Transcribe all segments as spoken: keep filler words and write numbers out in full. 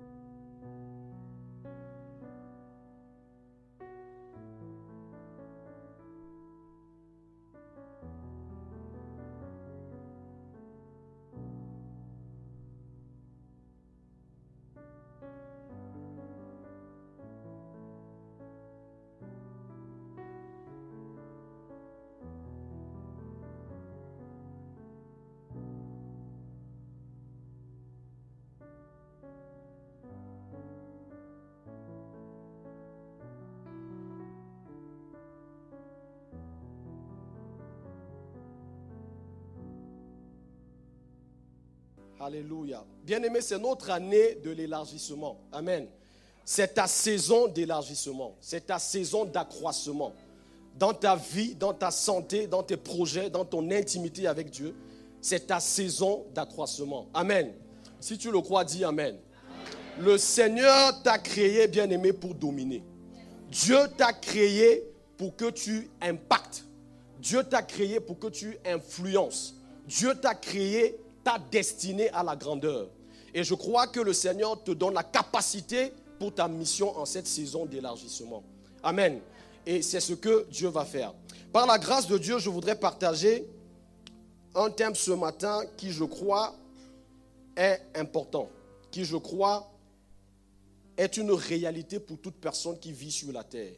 Alléluia. Bien-aimé, c'est notre année de l'élargissement. Amen. C'est ta saison d'élargissement. C'est ta saison d'accroissement. Dans ta vie, dans ta santé, dans tes projets, dans ton intimité avec Dieu, c'est ta saison d'accroissement. Amen. Si tu le crois, dis Amen. Amen. Le Seigneur t'a créé, bien-aimé, pour dominer. Dieu t'a créé pour que tu impactes. Dieu t'a créé pour que tu influences. Dieu t'a créé ta destinée à la grandeur. Et je crois que le Seigneur te donne la capacité pour ta mission en cette saison d'élargissement. Amen. Et c'est ce que Dieu va faire. Par la grâce de Dieu, je voudrais partager un thème ce matin qui, je crois, est important, qui, je crois, est une réalité pour toute personne qui vit sur la terre.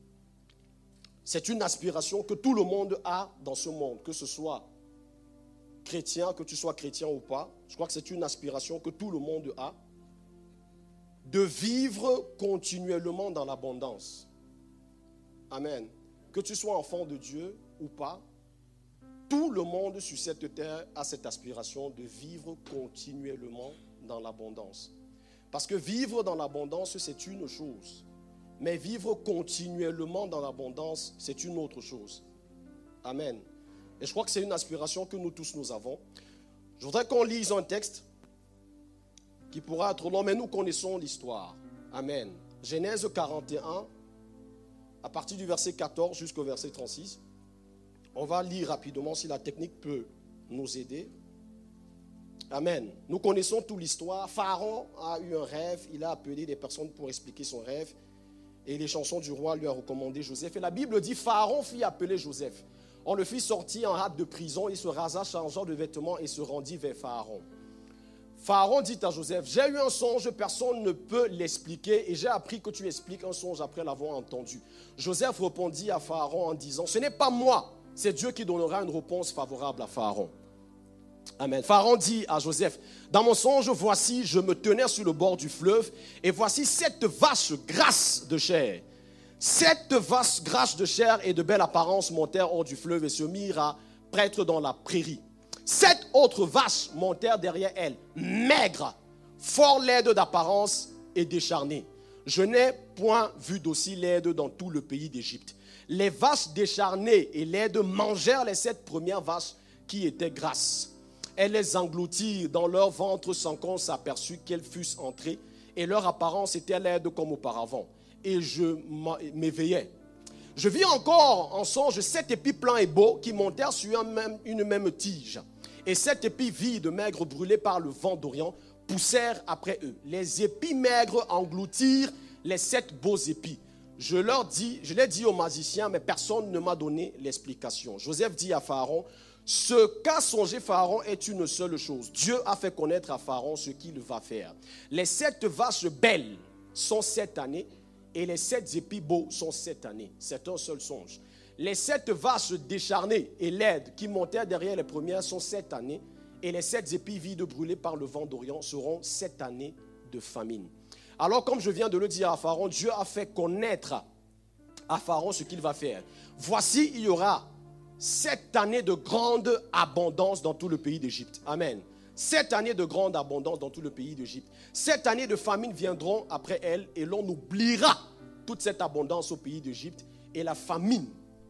C'est une aspiration que tout le monde a dans ce monde, que ce soit chrétien, que tu sois chrétien ou pas. Je crois que c'est une aspiration que tout le monde a, de vivre continuellement dans l'abondance. Amen. Que tu sois enfant de Dieu ou pas, tout le monde sur cette terre a cette aspiration de vivre continuellement dans l'abondance. Parce que vivre dans l'abondance, c'est une chose. Mais vivre continuellement dans l'abondance, c'est une autre chose. Amen. Et je crois que c'est une aspiration que nous tous nous avons. Je voudrais qu'on lise un texte qui pourra être long, mais nous connaissons l'histoire. Amen. Genèse quarante et un, à partir du verset quatorze jusqu'au verset trente-six. On va lire rapidement si la technique peut nous aider. Amen. Nous connaissons toute l'histoire. Pharaon a eu un rêve. Il a appelé des personnes pour expliquer son rêve. Et les chansons du roi lui ont recommandé Joseph. Et la Bible dit, Pharaon fit appeler Joseph. On le fit sortir en hâte de prison. Il se rasa, changeant de vêtements et se rendit vers Pharaon. Pharaon dit à Joseph, j'ai eu un songe, personne ne peut l'expliquer. Et j'ai appris que tu expliques un songe après l'avoir entendu. Joseph répondit à Pharaon en disant, ce n'est pas moi, c'est Dieu qui donnera une réponse favorable à Pharaon. Amen. Pharaon dit à Joseph, dans mon songe, voici, je me tenais sur le bord du fleuve, et voici sept vaches grasses de chair. Sept vaches grasses de chair et de belle apparence montèrent hors du fleuve et se mirent à paître dans la prairie. Sept autres vaches montèrent derrière elles, maigres, fort laides d'apparence et décharnées. Je n'ai point vu d'aussi laides dans tout le pays d'Égypte. Les vaches décharnées et laides mangèrent les sept premières vaches qui étaient grasses. Elles les engloutirent dans leur ventre sans qu'on s'aperçût qu'elles fussent entrées, et leur apparence était laide comme auparavant. Et je m'éveillai. Je vis encore en songe sept épis pleins et beaux qui montèrent sur un même, une même tige. Et sept épis vides, maigres, brûlés par le vent d'Orient, poussèrent après eux. Les épis maigres engloutirent les sept beaux épis. Je leur dis, je l'ai dit aux magiciens, mais personne ne m'a donné l'explication. Joseph dit à Pharaon, ce qu'a songé Pharaon est une seule chose. Dieu a fait connaître à Pharaon ce qu'il va faire. Les sept vaches belles sont sept années et les sept épis beaux sont sept années. C'est un seul songe. Les sept vaches décharnées et laides qui montèrent derrière les premières sont sept années et les sept épis vides brûlés par le vent d'Orient seront sept années de famine. Alors, comme je viens de le dire à Pharaon, Dieu a fait connaître à Pharaon ce qu'il va faire. Voici, il y aura sept années de grande abondance dans tout le pays d'Égypte. Amen. Sept années de grande abondance dans tout le pays d'Égypte. Sept années de famine viendront après elles et l'on oubliera toute cette abondance au pays d'Égypte et la famine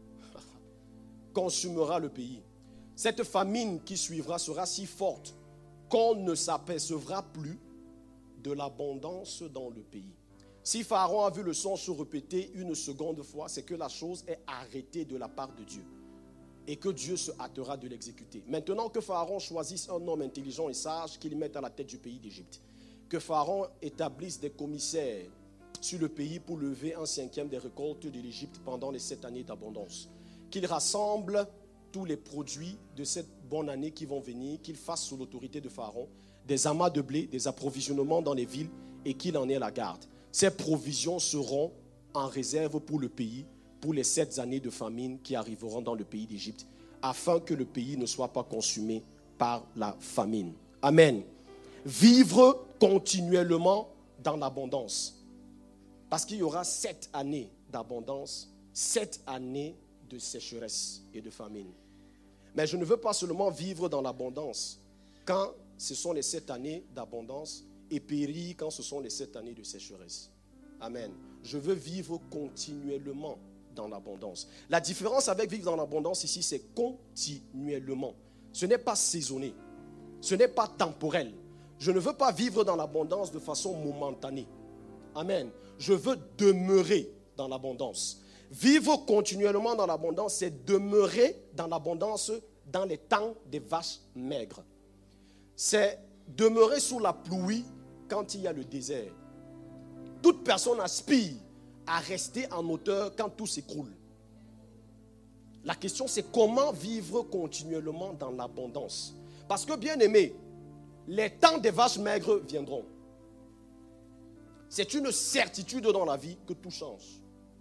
consumera le pays. Cette famine qui suivra sera si forte qu'on ne s'apercevra plus de l'abondance dans le pays. Si Pharaon a vu le songe se répéter une seconde fois, c'est que la chose est arrêtée de la part de Dieu et que Dieu se hâtera de l'exécuter. Maintenant que Pharaon choisisse un homme intelligent et sage qu'il mette à la tête du pays d'Égypte. que Pharaon établisse des commissaires sur le pays pour lever un cinquième des récoltes de l'Égypte pendant les sept années d'abondance. Qu'il rassemble tous les produits de cette bonne année qui vont venir, qu'il fasse sous l'autorité de Pharaon des amas de blé, des approvisionnements dans les villes et qu'il en ait la garde. Ces provisions seront en réserve pour le pays, pour les sept années de famine qui arriveront dans le pays d'Égypte, afin que le pays ne soit pas consumé par la famine. Amen. Vivre continuellement dans l'abondance. Parce qu'il y aura sept années d'abondance, sept années de sécheresse et de famine. Mais je ne veux pas seulement vivre dans l'abondance quand ce sont les sept années d'abondance et périr quand ce sont les sept années de sécheresse. Amen. Je veux vivre continuellement dans l'abondance. La différence avec vivre dans l'abondance ici, c'est continuellement. Ce n'est pas saisonné. Ce n'est pas temporel. Je ne veux pas vivre dans l'abondance de façon momentanée. Amen. Je veux demeurer dans l'abondance. Vivre continuellement dans l'abondance, c'est demeurer dans l'abondance dans les temps des vaches maigres. C'est demeurer sous la pluie quand il y a le désert. Toute personne aspire à rester en hauteur quand tout s'écroule. La question, c'est comment vivre continuellement dans l'abondance. Parce que, bien aimé, les temps des vaches maigres viendront. C'est une certitude dans la vie que tout change.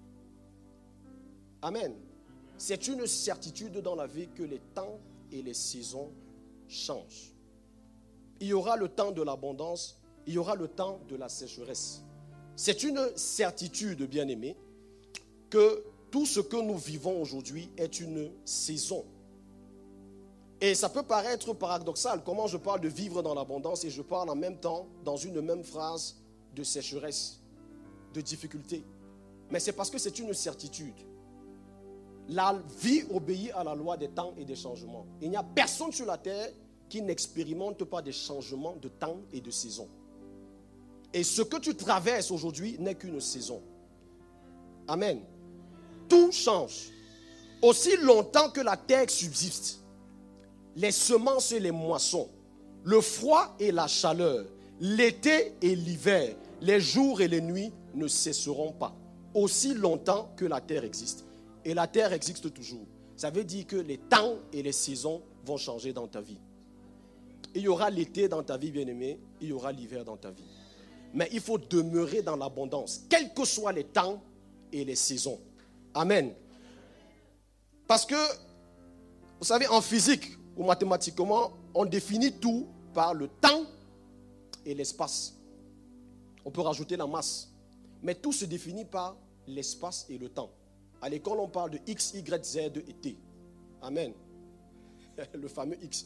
Amen. C'est une certitude dans la vie que les temps et les saisons changent. Il y aura le temps de l'abondance, il y aura le temps de la sécheresse. C'est une certitude, bien-aimé, que tout ce que nous vivons aujourd'hui est une saison. Et ça peut paraître paradoxal, comment je parle de vivre dans l'abondance et je parle en même temps, dans une même phrase, de sécheresse, de difficulté. Mais c'est parce que c'est une certitude. La vie obéit à la loi des temps et des changements. Il n'y a personne sur la terre qui n'expérimente pas des changements de temps et de saison. Et ce que tu traverses aujourd'hui n'est qu'une saison. Amen. Tout change. Aussi longtemps que la terre subsiste, les semences et les moissons, le froid et la chaleur, l'été et l'hiver, les jours et les nuits ne cesseront pas. Aussi longtemps que la terre existe. Et la terre existe toujours. Ça veut dire que les temps et les saisons vont changer dans ta vie. Il y aura l'été dans ta vie, bien-aimé. Il y aura l'hiver dans ta vie. Mais il faut demeurer dans l'abondance, quels que soient les temps et les saisons. Amen. Parce que, vous savez, en physique ou mathématiquement, on définit tout par le temps et l'espace. On peut rajouter la masse. Mais tout se définit par l'espace et le temps. À l'école, on parle de X, Y, Z et T. Amen. Le fameux X.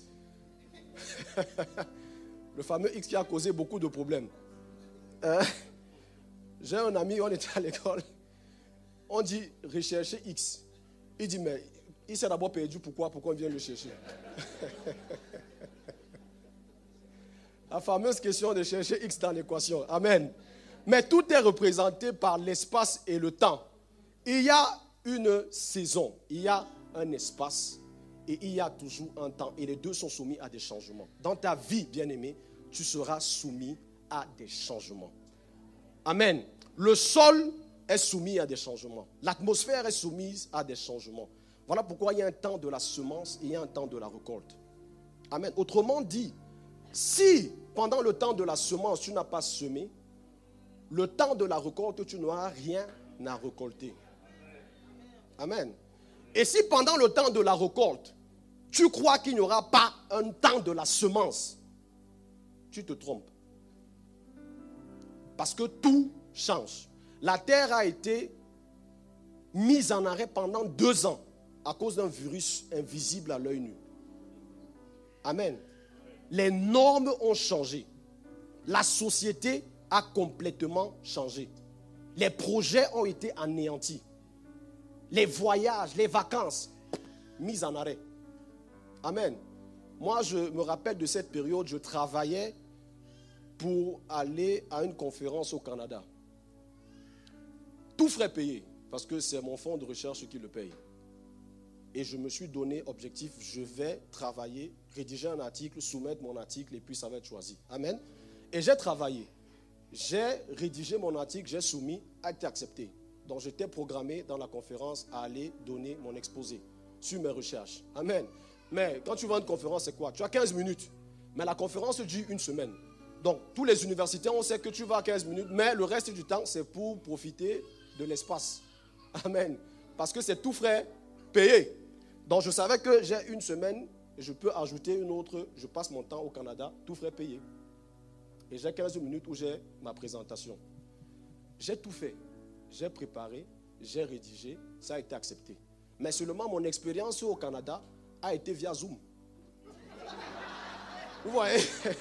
Le fameux X qui a causé beaucoup de problèmes. Euh, j'ai un ami, on était à l'école. On dit rechercher X. Il dit, mais il s'est d'abord perdu. Pourquoi? Pourquoi on vient le chercher? La fameuse question de chercher X dans l'équation. Amen. Mais tout est représenté par l'espace et le temps. Il y a une saison, il y a un espace et il y a toujours un temps. Et les deux sont soumis à des changements. Dans ta vie, bien-aimé, tu seras soumis à des changements. Amen. Le sol est soumis à des changements. L'atmosphère est soumise à des changements. Voilà pourquoi il y a un temps de la semence et il y a un temps de la récolte. Amen. Autrement dit, si pendant le temps de la semence, tu n'as pas semé, le temps de la récolte, tu n'auras rien à récolter. Amen. Et si pendant le temps de la récolte, tu crois qu'il n'y aura pas un temps de la semence, tu te trompes. Parce que tout change. La terre a été mise en arrêt pendant deux ans à cause d'un virus invisible à l'œil nu. Amen. Les normes ont changé. La société a complètement changé. Les projets ont été anéantis. Les voyages, les vacances, mis en arrêt. Amen. Moi, je me rappelle de cette période, je travaillais pour aller à une conférence au Canada. Tout frais payé, parce que c'est mon fonds de recherche qui le paye. Et je me suis donné objectif, je vais travailler, rédiger un article, soumettre mon article et puis ça va être choisi. Amen. Et j'ai travaillé. J'ai rédigé mon article, j'ai soumis, a été accepté. Donc j'étais programmé dans la conférence à aller donner mon exposé sur mes recherches. Amen. Mais quand tu vas à une conférence, c'est quoi? Tu as quinze minutes. Mais la conférence dure une semaine. Donc tous les universitaires, on sait que tu vas à quinze minutes, mais le reste du temps, c'est pour profiter de l'espace. Amen. Parce que c'est tout frais payé. Donc je savais que j'ai une semaine, je peux ajouter une autre, je passe mon temps au Canada, tout frais payé. Et j'ai quinze minutes où j'ai ma présentation. J'ai tout fait. J'ai préparé, j'ai rédigé, ça a été accepté. Mais seulement mon expérience au Canada a été via Zoom. Vous voyez?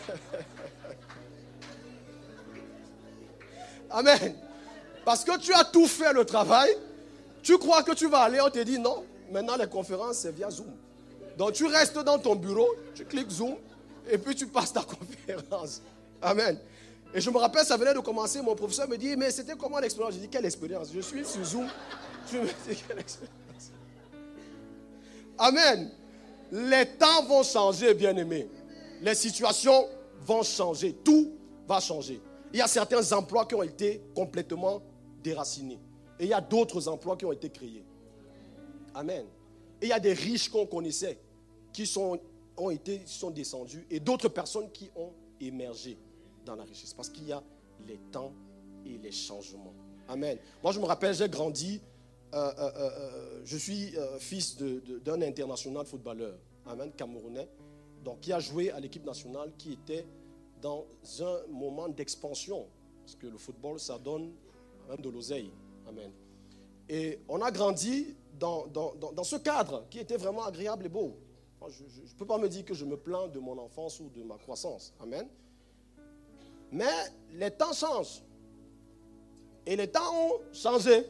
Amen. Parce que tu as tout fait le travail, tu crois que tu vas aller, on te dit non. Maintenant les conférences c'est via Zoom. Donc tu restes dans ton bureau, tu cliques Zoom et puis tu passes ta conférence. Amen. Et je me rappelle, ça venait de commencer, mon professeur me dit, mais c'était comment l'expérience? J'ai dit, quelle expérience? Je suis sur Zoom. Je me dis, quelle expérience? Amen. Les temps vont changer, bien-aimés. Les situations vont changer. Tout va changer. Il y a certains emplois qui ont été complètement déracinés. Et il y a d'autres emplois qui ont été créés. Amen. Et il y a des riches qu'on connaissait qui sont, ont été, sont descendus et d'autres personnes qui ont émergé dans la richesse. Parce qu'il y a les temps et les changements. Amen. Moi, je me rappelle, j'ai grandi, euh, euh, euh, je suis euh, fils de, de, d'un international footballeur, amen, camerounais, donc qui a joué à l'équipe nationale, qui était dans un moment d'expansion. Parce que le football, ça donne même de l'oseille. Amen. Et on a grandi dans, dans, dans, dans ce cadre qui était vraiment agréable et beau. Je ne peux pas me dire que je me plains de mon enfance ou de ma croissance. Amen. Mais les temps changent. Et les temps ont changé.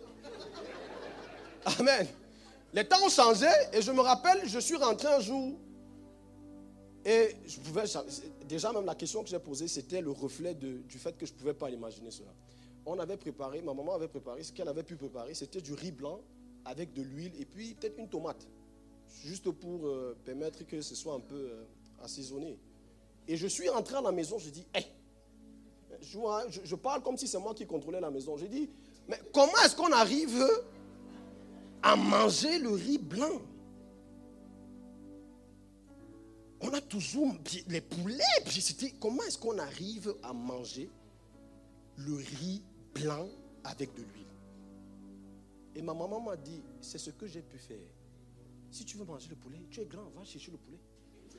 Amen. Les temps ont changé et je me rappelle, je suis rentré un jour et je pouvais, déjà même la question que j'ai posée, c'était le reflet de, du fait que je ne pouvais pas imaginer cela. On avait préparé, ma maman avait préparé, ce qu'elle avait pu préparer, c'était du riz blanc avec de l'huile et puis peut-être une tomate. Juste pour euh, permettre que ce soit un peu euh, assaisonné. Et je suis rentré à la maison, je dis, hé, hey, Je, je, je parle comme si c'est moi qui contrôlais la maison. J'ai dit, mais comment est-ce qu'on arrive à manger le riz blanc? On a toujours les poulets. Puis c'était, comment est-ce qu'on arrive à manger le riz blanc avec de l'huile? Et ma maman m'a dit, c'est ce que j'ai pu faire. Si tu veux manger le poulet, tu es grand, va chercher le poulet.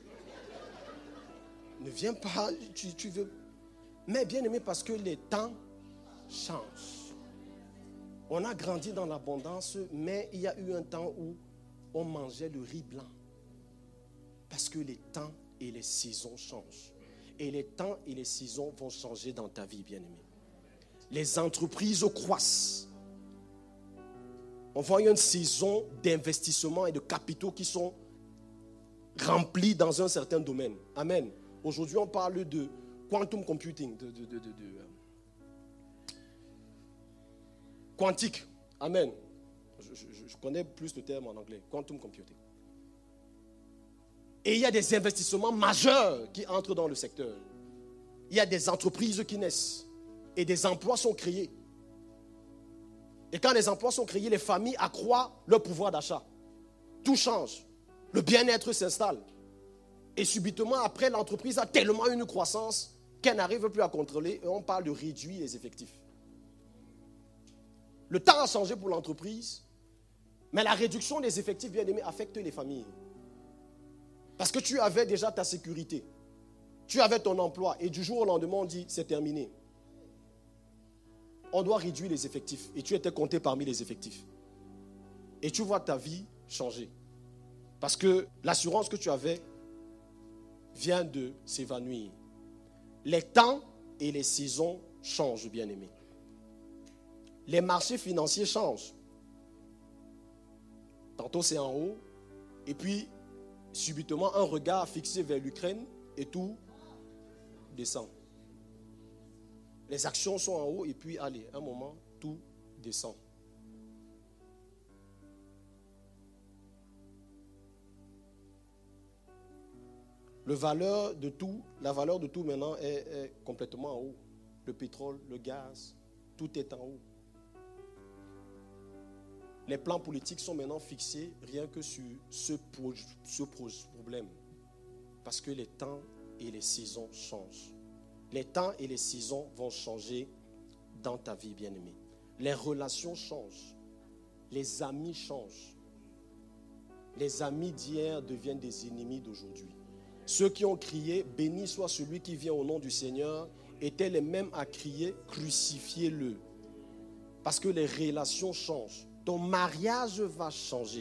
Ne viens pas, tu, tu veux... Mais bien aimé, parce que les temps changent. On a grandi dans l'abondance, mais il y a eu un temps où on mangeait le riz blanc. Parce que les temps et les saisons changent. Et les temps et les saisons vont changer dans ta vie, bien aimé. Les entreprises croissent. On voit une saison d'investissement et de capitaux qui sont remplis dans un certain domaine. Amen. Aujourd'hui, on parle de quantum computing, de, de, de, de, de euh, quantique. Amen. Je, je, je connais plus le terme en anglais. Quantum computing. Et il y a des investissements majeurs qui entrent dans le secteur. Il y a des entreprises qui naissent. Et des emplois sont créés. Et quand les emplois sont créés, les familles accroissent leur pouvoir d'achat. Tout change. Le bien-être s'installe. Et subitement, après, l'entreprise a tellement une croissance qu'elle n'arrive plus à contrôler. Et on parle de réduire les effectifs. Le temps a changé pour l'entreprise. Mais la réduction des effectifs, bien aimés, affecte les familles. Parce que tu avais déjà ta sécurité. Tu avais ton emploi. Et du jour au lendemain, on dit, c'est terminé. On doit réduire les effectifs. Et tu étais compté parmi les effectifs. Et tu vois ta vie changer. Parce que l'assurance que tu avais vient de s'évanouir. Les temps et les saisons changent, bien aimés. Les marchés financiers changent. Tantôt c'est en haut. Et puis, subitement, un regard fixé vers l'Ukraine et tout descend. Les actions sont en haut et puis, allez, un moment, tout descend. Le valeur de tout, la valeur de tout maintenant est, est complètement en haut. Le pétrole, le gaz, tout est en haut. Les plans politiques sont maintenant fixés rien que sur ce, pro, ce problème. Parce que les temps et les saisons changent. Les temps et les saisons vont changer dans ta vie, bien-aimée. Les relations changent. Les amis changent. Les amis d'hier deviennent des ennemis d'aujourd'hui. Ceux qui ont crié, béni soit celui qui vient au nom du Seigneur, étaient les mêmes à crier, crucifiez-le. Parce que les relations changent. Ton mariage va changer.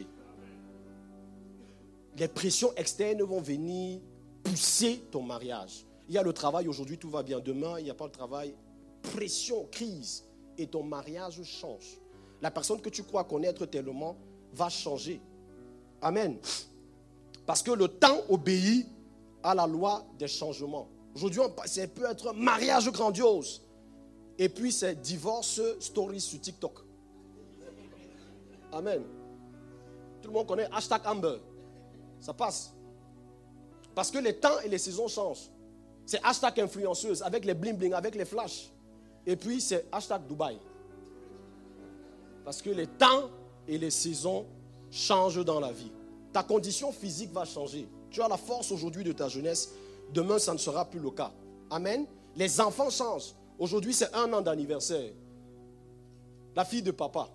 Les pressions externes vont venir pousser ton mariage. Il y a le travail aujourd'hui, tout va bien. Demain, il n'y a pas de travail. Pression, crise. Et ton mariage change. La personne que tu crois connaître tellement va changer. Amen. Parce que le temps obéit à la loi des changements. Aujourd'hui, ça peut être un mariage grandiose. Et puis, c'est divorce story sur TikTok. Amen. Tout le monde connaît hashtag Amber. Ça passe. Parce que les temps et les saisons changent. C'est hashtag influenceuse avec les bling bling, avec les flashs. Et puis, c'est hashtag Dubaï. Parce que les temps et les saisons changent dans la vie. Ta condition physique va changer. Tu as la force aujourd'hui de ta jeunesse. Demain, ça ne sera plus le cas. Amen. Les enfants changent. Aujourd'hui, c'est un an d'anniversaire. La fille de papa.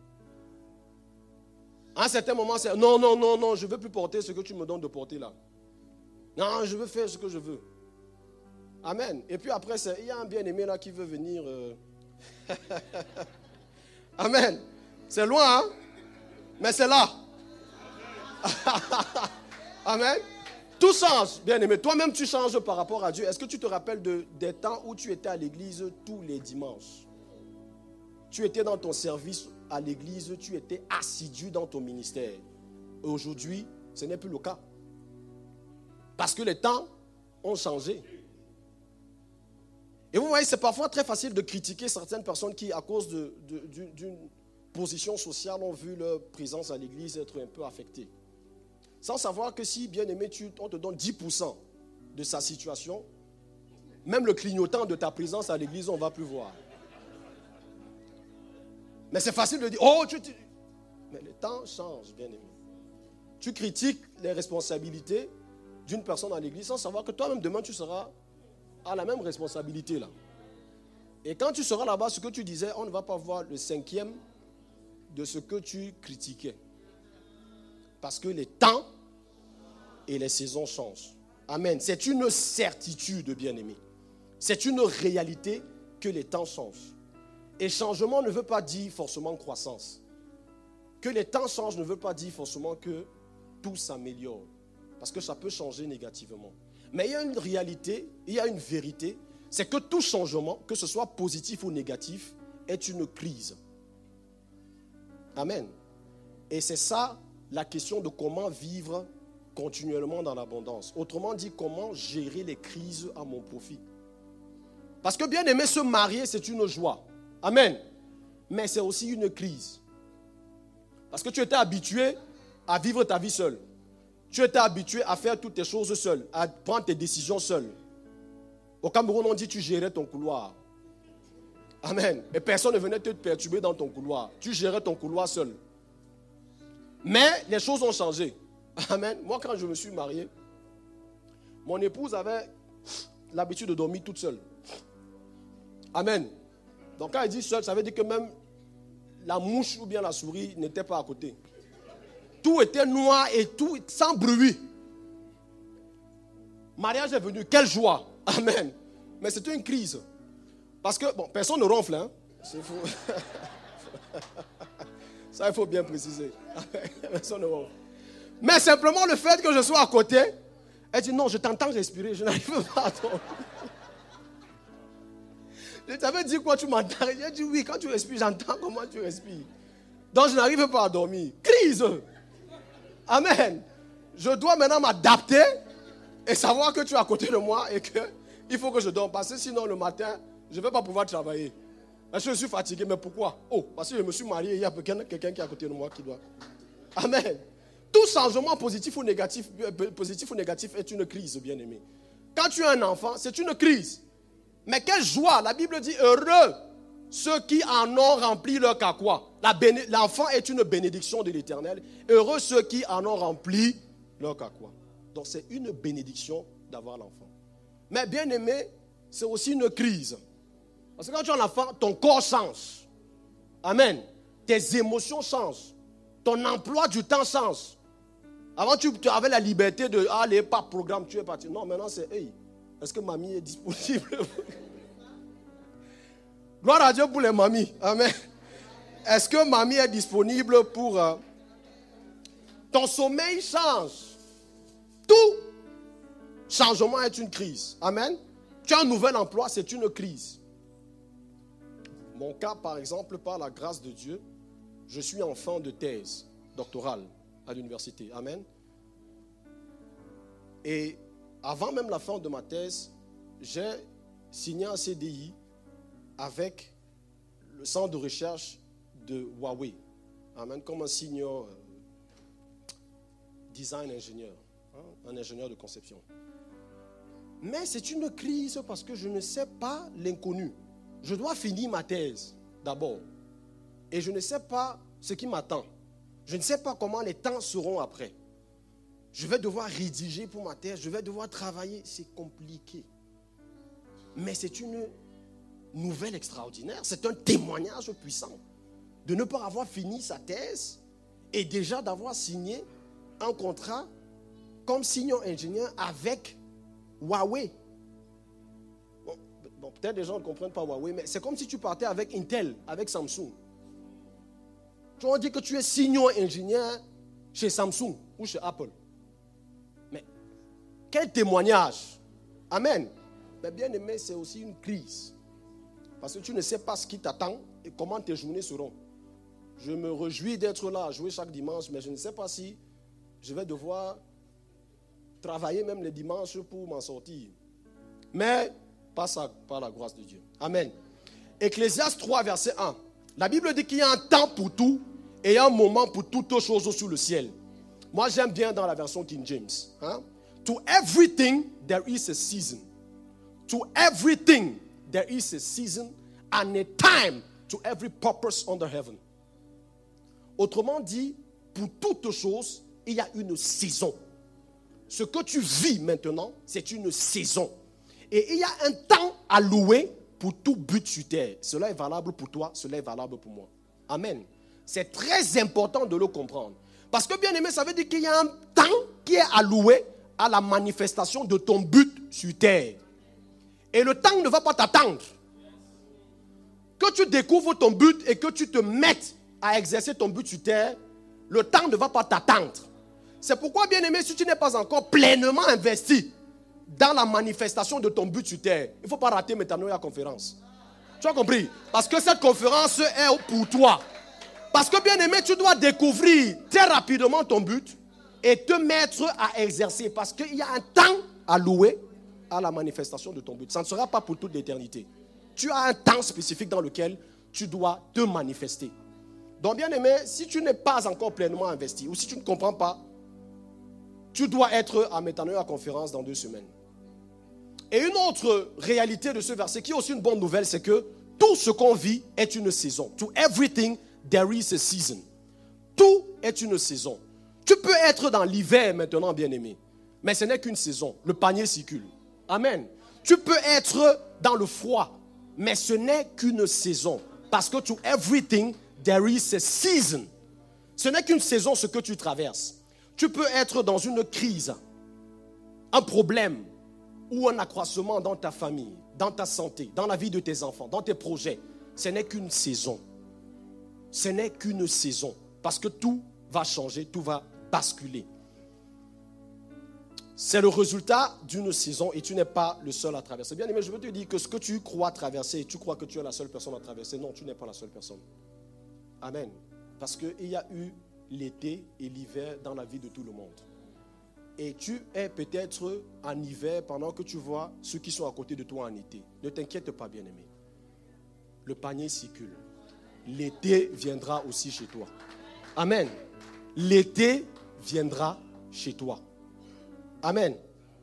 À un certain moment, c'est non, non, non, non, je ne veux plus porter ce que tu me donnes de porter là. Non, je veux faire ce que je veux. Amen. Et puis après, c'est, il y a un bien-aimé là qui veut venir. Euh... Amen. C'est loin, hein? Mais c'est là. Amen. Tout change, bien-aimé. Toi-même, tu changes par rapport à Dieu. Est-ce que tu te rappelles de, des temps où tu étais à l'église tous les dimanches? Tu étais dans ton service à l'église, tu étais assidu dans ton ministère. Aujourd'hui, ce n'est plus le cas. Parce que les temps ont changé. Et vous voyez, c'est parfois très facile de critiquer certaines personnes qui, à cause de, de, d'une position sociale, ont vu leur présence à l'église être un peu affectée. Sans savoir que si, bien aimé, tu, on te donne dix pour cent de sa situation, même le clignotant de ta présence à l'église, on ne va plus voir. Mais c'est facile de dire, oh, tu, tu... Mais le temps change, bien aimé. Tu critiques les responsabilités d'une personne à l'église sans savoir que toi-même, demain, tu seras à la même responsabilité là. Et quand tu seras là-bas, ce que tu disais, on ne va pas voir le cinquième de ce que tu critiquais. Parce que les temps et les saisons changent. Amen. C'est une certitude, bien-aimé. C'est une réalité que les temps changent. Et changement ne veut pas dire forcément croissance. Que les temps changent ne veut pas dire forcément que tout s'améliore. Parce que ça peut changer négativement. Mais il y a une réalité, il y a une vérité, c'est que tout changement, que ce soit positif ou négatif, est une crise. Amen. Et c'est ça la question de comment vivre continuellement dans l'abondance. Autrement dit, comment gérer les crises à mon profit. Parce que bien aimer se marier, c'est une joie. Amen. Mais c'est aussi une crise. Parce que tu étais habitué à vivre ta vie seul. Tu étais habitué à faire toutes tes choses seul, à prendre tes décisions seul. Au Cameroun, on dit tu gérais ton couloir. Amen. Et personne ne venait te perturber dans ton couloir. Tu gérais ton couloir seul. Mais les choses ont changé. Amen. Moi, quand je me suis marié, mon épouse avait l'habitude de dormir toute seule. Amen. Donc quand elle dit seule, ça veut dire que même la mouche ou bien la souris n'était pas à côté. Tout était noir et tout sans bruit. Mariage est venu, quelle joie. Amen. Mais c'était une crise. Parce que, bon, personne ne ronfle, hein. C'est faux. Ça, il faut bien préciser. Personne ne ronfle. Mais simplement le fait que je sois à côté, elle dit non, je t'entends respirer, je n'arrive pas à dormir. Je t'avais dit quoi, tu m'entends? J'ai dit oui, quand tu respires, j'entends comment tu respires. Donc je n'arrive pas à dormir. Crise. Amen. Je dois maintenant m'adapter et savoir que tu es à côté de moi et qu'il faut que je dorme. Parce que sinon, le matin, je ne vais pas pouvoir travailler. Parce que je suis fatigué. Mais pourquoi? Oh, parce que je me suis marié et il y a quelqu'un qui est à côté de moi qui doit. Amen. Tout changement positif ou négatif, positif ou négatif est une crise, bien-aimé. Quand tu as un enfant, c'est une crise. Mais quelle joie, la Bible dit, heureux ceux qui en ont rempli leur carquois. L'enfant est une bénédiction de l'Éternel. Heureux ceux qui en ont rempli leur carquois. Donc c'est une bénédiction d'avoir l'enfant. Mais bien aimé, c'est aussi une crise. Parce que quand tu as un enfant, ton corps change. Amen. Tes émotions changent. Ton emploi du temps change. Avant, tu, tu avais la liberté de aller par programme, tu es parti. Non, maintenant c'est, hey, est-ce que mamie est disponible? Gloire à Dieu pour les mamies. Amen. Est-ce que mamie est disponible pour... Euh... Ton sommeil change. Tout changement est une crise. Amen. Tu as un nouvel emploi, c'est une crise. Mon cas, par exemple, par la grâce de Dieu, je suis en fin de thèse doctorale à l'université. Amen. Et avant même la fin de ma thèse, j'ai signé un C D I avec le centre de recherche de Huawei. Amen. Comme un senior euh, design ingénieur, hein, un ingénieur de conception. Mais c'est une crise parce que je ne sais pas l'inconnu. Je dois finir ma thèse d'abord. Et je ne sais pas ce qui m'attend. Je ne sais pas comment les temps seront après. Je vais devoir rédiger pour ma thèse. Je vais devoir travailler. C'est compliqué. Mais c'est une nouvelle extraordinaire. C'est un témoignage puissant de ne pas avoir fini sa thèse et déjà d'avoir signé un contrat comme senior ingénieur avec Huawei. Bon, bon, peut-être les gens ne comprennent pas Huawei, mais c'est comme si tu partais avec Intel, avec Samsung. Tu vas dire que tu es senior ingénieur chez Samsung ou chez Apple. Mais quel témoignage! Amen. Mais bien aimé, c'est aussi une crise. Parce que tu ne sais pas ce qui t'attend et comment tes journées seront. Je me réjouis d'être là, à jouer chaque dimanche, mais je ne sais pas si je vais devoir travailler même les dimanches pour m'en sortir. Mais pas ça, par la grâce de Dieu. Amen. Ecclésiaste trois, verset un. La Bible dit qu'il y a un temps pour tout et un moment pour toutes choses sous le ciel. Moi, j'aime bien dans la version King James. Hein? To everything, there is a season. To everything, there is a season and a time to every purpose under heaven. Autrement dit, pour toutes choses, il y a une saison. Ce que tu vis maintenant, c'est une saison. Et il y a un temps alloué pour tout but sur terre. Cela est valable pour toi, cela est valable pour moi. Amen. C'est très important de le comprendre. Parce que bien aimé, ça veut dire qu'il y a un temps qui est alloué à la manifestation de ton but sur terre. Et le temps ne va pas t'attendre. Que tu découvres ton but et que tu te mettes à exercer ton but sur terre, le temps ne va pas t'attendre. C'est pourquoi, bien aimé, si tu n'es pas encore pleinement investi dans la manifestation de ton but sur terre, il ne faut pas rater Métanoïa conférence. Tu as compris? Parce que cette conférence est pour toi. Parce que, bien aimé, tu dois découvrir très rapidement ton but et te mettre à exercer. Parce qu'il y a un temps alloué à la manifestation de ton but. Ça ne sera pas pour toute l'éternité. Tu as un temps spécifique dans lequel tu dois te manifester. Donc, bien aimé, si tu n'es pas encore pleinement investi ou si tu ne comprends pas, tu dois être à Métanoïa conférence dans deux semaines. Et une autre réalité de ce verset, qui est aussi une bonne nouvelle, c'est que tout ce qu'on vit est une saison. To everything, there is a season. Tout est une saison. Tu peux être dans l'hiver maintenant, bien aimé, mais ce n'est qu'une saison. Le panier circule. Amen. Tu peux être dans le froid, mais ce n'est qu'une saison. Parce que to everything, there is a season. Ce n'est qu'une saison ce que tu traverses. Tu peux être dans une crise, un problème ou un accroissement dans ta famille, dans ta santé, dans la vie de tes enfants, dans tes projets. Ce n'est qu'une saison. Ce n'est qu'une saison. Parce que tout va changer, tout va basculer. C'est le résultat d'une saison et tu n'es pas le seul à traverser. Bien aimé, je veux te dire que ce que tu crois traverser, tu crois que tu es la seule personne à traverser. Non, tu n'es pas la seule personne. Amen. Parce qu'il y a eu l'été et l'hiver dans la vie de tout le monde. Et tu es peut-être en hiver pendant que tu vois ceux qui sont à côté de toi en été. Ne t'inquiète pas, bien-aimé. Le panier circule. L'été viendra aussi chez toi. Amen. L'été viendra chez toi. Amen.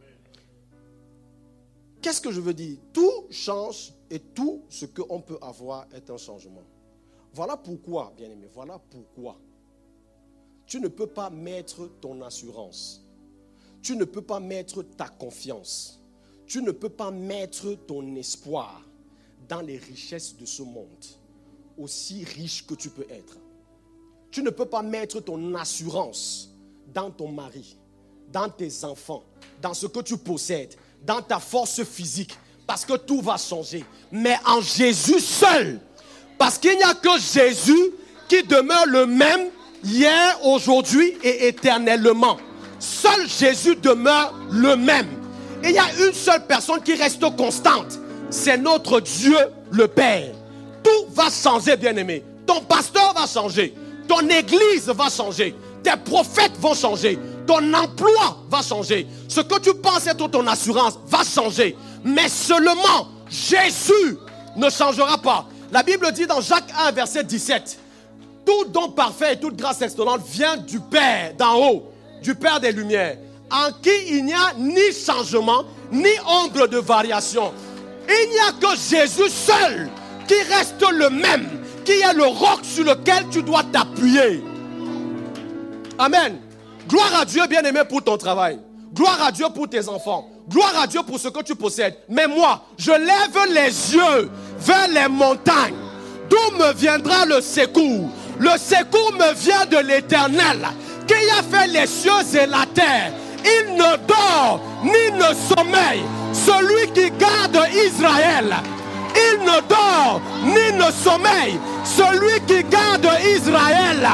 Qu'est-ce que je veux dire? Tout change et tout ce qu'on peut avoir est un changement. Voilà pourquoi, bien-aimé, voilà pourquoi tu ne peux pas mettre ton assurance. Tu ne peux pas mettre ta confiance. Tu ne peux pas mettre ton espoir dans les richesses de ce monde, aussi riche que tu peux être. Tu ne peux pas mettre ton assurance dans ton mari, dans tes enfants, dans ce que tu possèdes, dans ta force physique, parce que tout va changer. Mais en Jésus seul, parce qu'il n'y a que Jésus qui demeure le même hier, aujourd'hui et éternellement. Seul Jésus demeure le même. Et il y a une seule personne qui reste constante. C'est notre Dieu le Père. Tout va changer, bien-aimé. Ton pasteur va changer. Ton église va changer. Tes prophètes vont changer. Ton emploi va changer. Ce que tu penses être ton assurance va changer. Mais seulement Jésus ne changera pas. La Bible dit dans Jacques un, verset dix-sept, tout don parfait et toute grâce excellente vient du Père d'en haut, du Père des Lumières, en qui il n'y a ni changement, ni ombre de variation. Il n'y a que Jésus seul qui reste le même, qui est le roc sur lequel tu dois t'appuyer. Amen. Gloire à Dieu, bien-aimé, pour ton travail. Gloire à Dieu pour tes enfants. Gloire à Dieu pour ce que tu possèdes. Mais moi, je lève les yeux vers les montagnes. D'où me viendra le secours? Le secours me vient de l'Éternel, qui a fait les cieux et la terre. Il ne dort ni ne sommeille. Celui qui garde Israël, il ne dort ni ne sommeille. Celui qui garde Israël.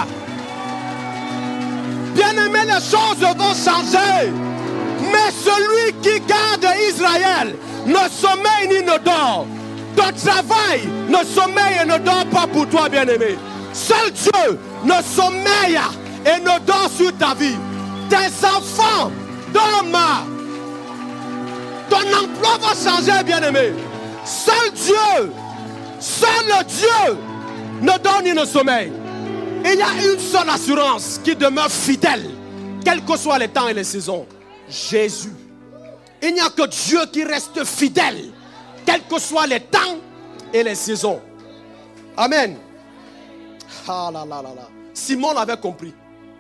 Bien-aimé, les choses vont changer. Mais celui qui garde Israël ne sommeille ni ne dort. Ton travail ne sommeille et ne dort pas pour toi, bien-aimé. Seul Dieu ne sommeille et ne dort sur ta vie. Tes enfants dorment. Ton emploi va changer, bien-aimé. Seul Dieu, seul Dieu ne dort ni ne sommeille. Et il y a une seule assurance qui demeure fidèle, quels que soient les temps et les saisons. Jésus. Il n'y a que Dieu qui reste fidèle, quels que soient les temps et les saisons. Amen. Ah là là là là. Simon l'avait compris.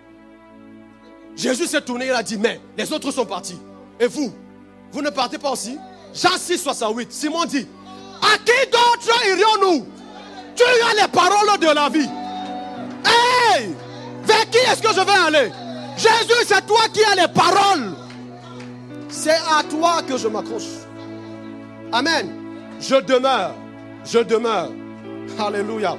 Jésus s'est tourné et a dit, mais les autres sont partis. Et vous, vous ne partez pas aussi? Jean six, soixante-huit. Simon dit, à qui d'autre irions-nous? Tu as les paroles de la vie. Hey! Vers qui est-ce que je vais aller? Jésus, c'est toi qui as les paroles. C'est à toi que je m'accroche. Amen. Je demeure. Je demeure. Alléluia.